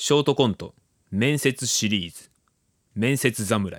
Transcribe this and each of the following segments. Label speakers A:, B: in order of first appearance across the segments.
A: ショートコント面接シリーズ面接侍。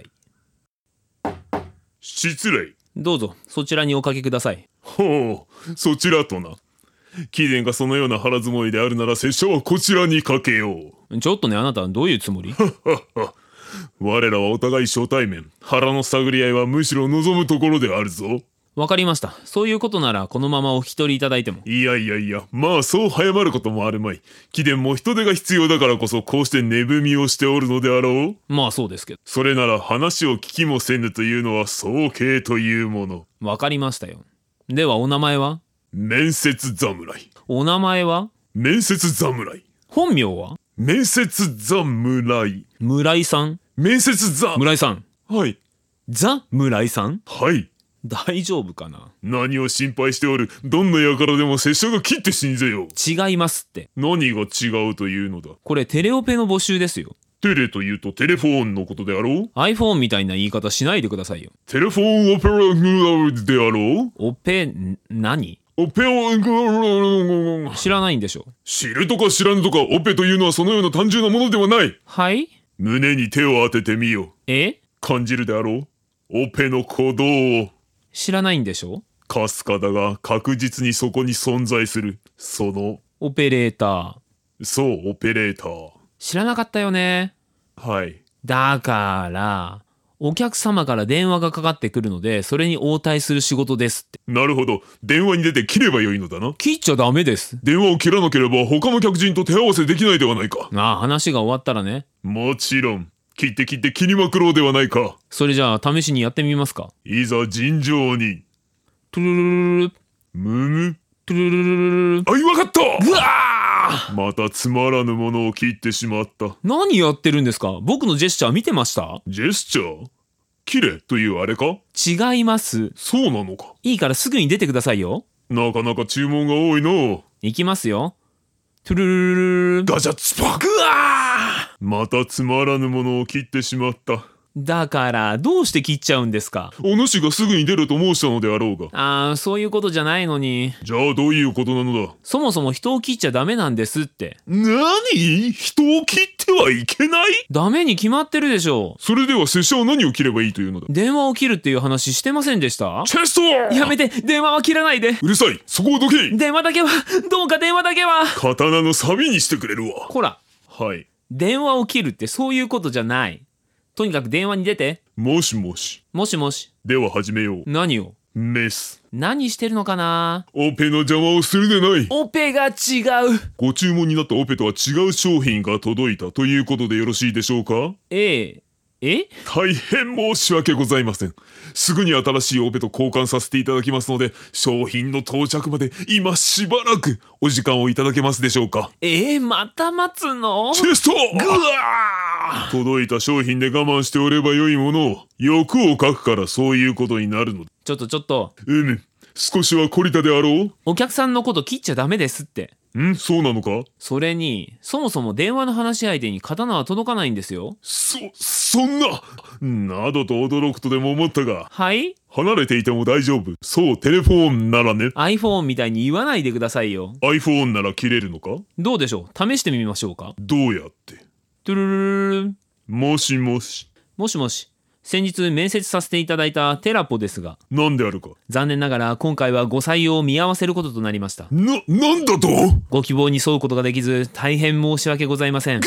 B: 失礼。
A: どうぞそちらにおかけください。
B: ほう、そちらとな。貴殿がそのような腹積もりであるなら拙者はこちらにかけよう。
A: ちょっとね、あなたはどういうつもり？
B: 我らはお互い初対面。腹の探り合いはむしろ望むところであるぞ。
A: わかりました。そういうことならこのままお引き取りいただいても。
B: いや、まあそう早まることもあるまい。貴殿も人手が必要だからこそこうして値踏みをしておるのであろう。
A: まあそうですけど。
B: それなら話を聞きもせぬというのは早計というもの。
A: わかりましたよ。ではお名前は？
B: 面接侍。
A: お名前は？
B: 面接侍。
A: 本名は？
B: 面接侍。
A: 村井さん。
B: 面接
A: 村井さん。
B: はい。
A: ザ村井さん。
B: はい。
A: 大丈夫かな？
B: 何を心配しておる。どんな輩でも拙者が切って死んぜよ。
A: 違いますって。
B: 何が違うというのだ。
A: これテレオペの募集ですよ。
B: テレというとテレフォンのことであろう。
A: iPhone みたいな言い方しないでくださいよ。
B: テレフォンオペラグラであろう。
A: オペ何？
B: オペラ
A: 知らないんでしょ。
B: 知るとか知らぬとか、オペというのはそのような単純なものではない。
A: はい？
B: 胸に手を当ててみよ。感じるであろう。オペの鼓動を。
A: 知らないんでしょ。
B: かすかだが確実にそこに存在するその
A: オペレーター。
B: そうオペレーター。
A: 知らなかったよね。
B: はい。
A: だからお客様から電話がかかってくるので、それに応対する仕事ですって。
B: なるほど。電話に出て切ればよいのだな。
A: 切っちゃダメです。
B: 電話を切らなければ他の客人と手合わせできないではないか。
A: ああ、話が終わったらね。
B: もちろん。切って切りまくろうではないか。
A: それじゃあ試しにやってみますか。
B: いざ尋常に。
A: トゥルルルルル。
B: むむ。
A: トゥルルルルルル。
B: あい、わかった。
A: うわー！
B: またつまらぬものを切ってしまった。
A: 何やってるんですか？僕のジェスチャー見てました？
B: ジェスチャー？切れというあれか？
A: 違います。
B: そうなのか。
A: いいからすぐに出てくださいよ。
B: なかなか注文が多いの。
A: いきますよ。トゥルルルルル。
B: ガチャツパク。
A: うわー！
B: またつまらぬものを切ってしまった。
A: だからどうして切っちゃうんですか？
B: お主がすぐに出ると申したのであろうが。
A: ああ、そういうことじゃないのに。
B: じゃあどういうことなのだ。
A: そもそも人を切っちゃダメなんですって。
B: 何？人を切ってはいけない？
A: ダメに決まってるでしょ。
B: それでは拙者は何を切ればいいというのだ。
A: 電話を切るっていう話してませんでした？
B: チェスト！
A: やめて、電話は切らないで。
B: うるさい、そこをどけ。
A: 電話だけは、どうか電話だけは。
B: 刀のサビにしてくれるわ。
A: こら、
B: はい。
A: 電話を切るってそういうことじゃない。とにかく電話に出て。
B: もしもし。
A: もしもし。
B: では始めよう。
A: 何を？
B: メス。
A: 何してるのかな？
B: オペの邪魔をするでない。
A: オペが違う。
B: ご注文になったオペとは違う商品が届いたということでよろしいでしょうか？大変申し訳ございません。すぐに新しいオペと交換させていただきますので、商品の到着まで今しばらくお時間をいただけますでしょうか？
A: また待つの？
B: チェスト！
A: ぐわー！
B: 届いた商品で我慢しておればよいものを、欲を書くからそういうことになるの。
A: ちょっと。
B: 少しは懲りたであろう？
A: お客さんのこと切っちゃダメですって。
B: そうなのか？
A: それに、そもそも電話の話し相手に刀は届かないんですよ。
B: そんななどと驚くとでも思ったが。
A: はい？
B: 離れていても大丈夫。そう、テレフォンならね。
A: iPhone みたいに言わないでくださいよ。
B: iPhone なら切れるのか？
A: どうでしょう？試してみましょうか。
B: どうやって？
A: トゥルルルルル。
B: もしもし。
A: もしもし。先日面接させていただいたテラポですが。
B: 何であるか？
A: 残念ながら今回はご採用を見合わせることとなりました。
B: なんだと？
A: ご希望に沿うことができず大変申し訳ございません。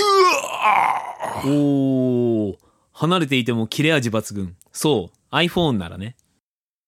A: 離れていても切れ味抜群。そう、iPhone ならね。